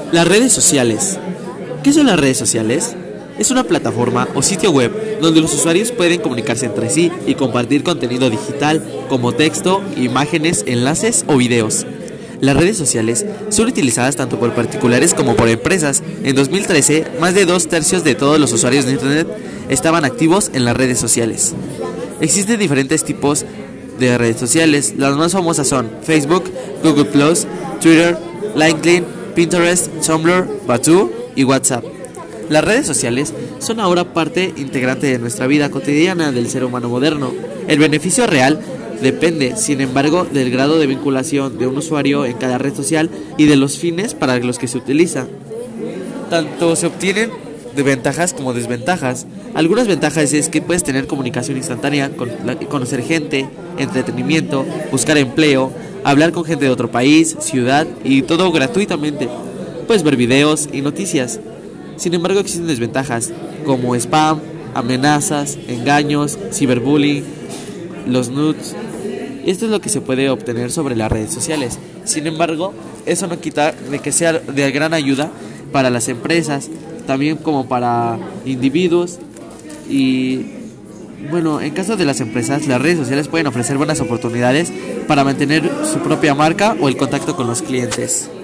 Las redes sociales. ¿Qué son las redes sociales? Es una plataforma o sitio web donde los usuarios pueden comunicarse entre sí y compartir contenido digital como texto, imágenes, enlaces o videos. Las redes sociales son utilizadas tanto por particulares como por empresas. En 2013, más de 2/3 de todos los usuarios de Internet estaban activos en las redes sociales. Existen diferentes tipos de redes sociales. Las más famosas son Facebook, Google+, Twitter, LinkedIn, Pinterest, Tumblr, Badoo y WhatsApp. Las redes sociales son ahora parte integrante de nuestra vida cotidiana del ser humano moderno. El beneficio real depende, sin embargo, del grado de vinculación de un usuario en cada red social y de los fines para los que se utiliza. Tanto se obtienen de ventajas como desventajas. Algunas ventajas es que puedes tener comunicación instantánea, conocer gente, entretenimiento, buscar empleo, hablar con gente de otro país, ciudad y todo gratuitamente. Puedes ver videos y noticias. Sin embargo, existen desventajas como spam, amenazas, engaños, ciberbullying, los nudes. Esto es lo que se puede obtener sobre las redes sociales. Sin embargo, eso no quita de que sea de gran ayuda para las empresas, también como para individuos. Y bueno, en caso de las empresas, las redes sociales pueden ofrecer buenas oportunidades para mantener su propia marca o el contacto con los clientes.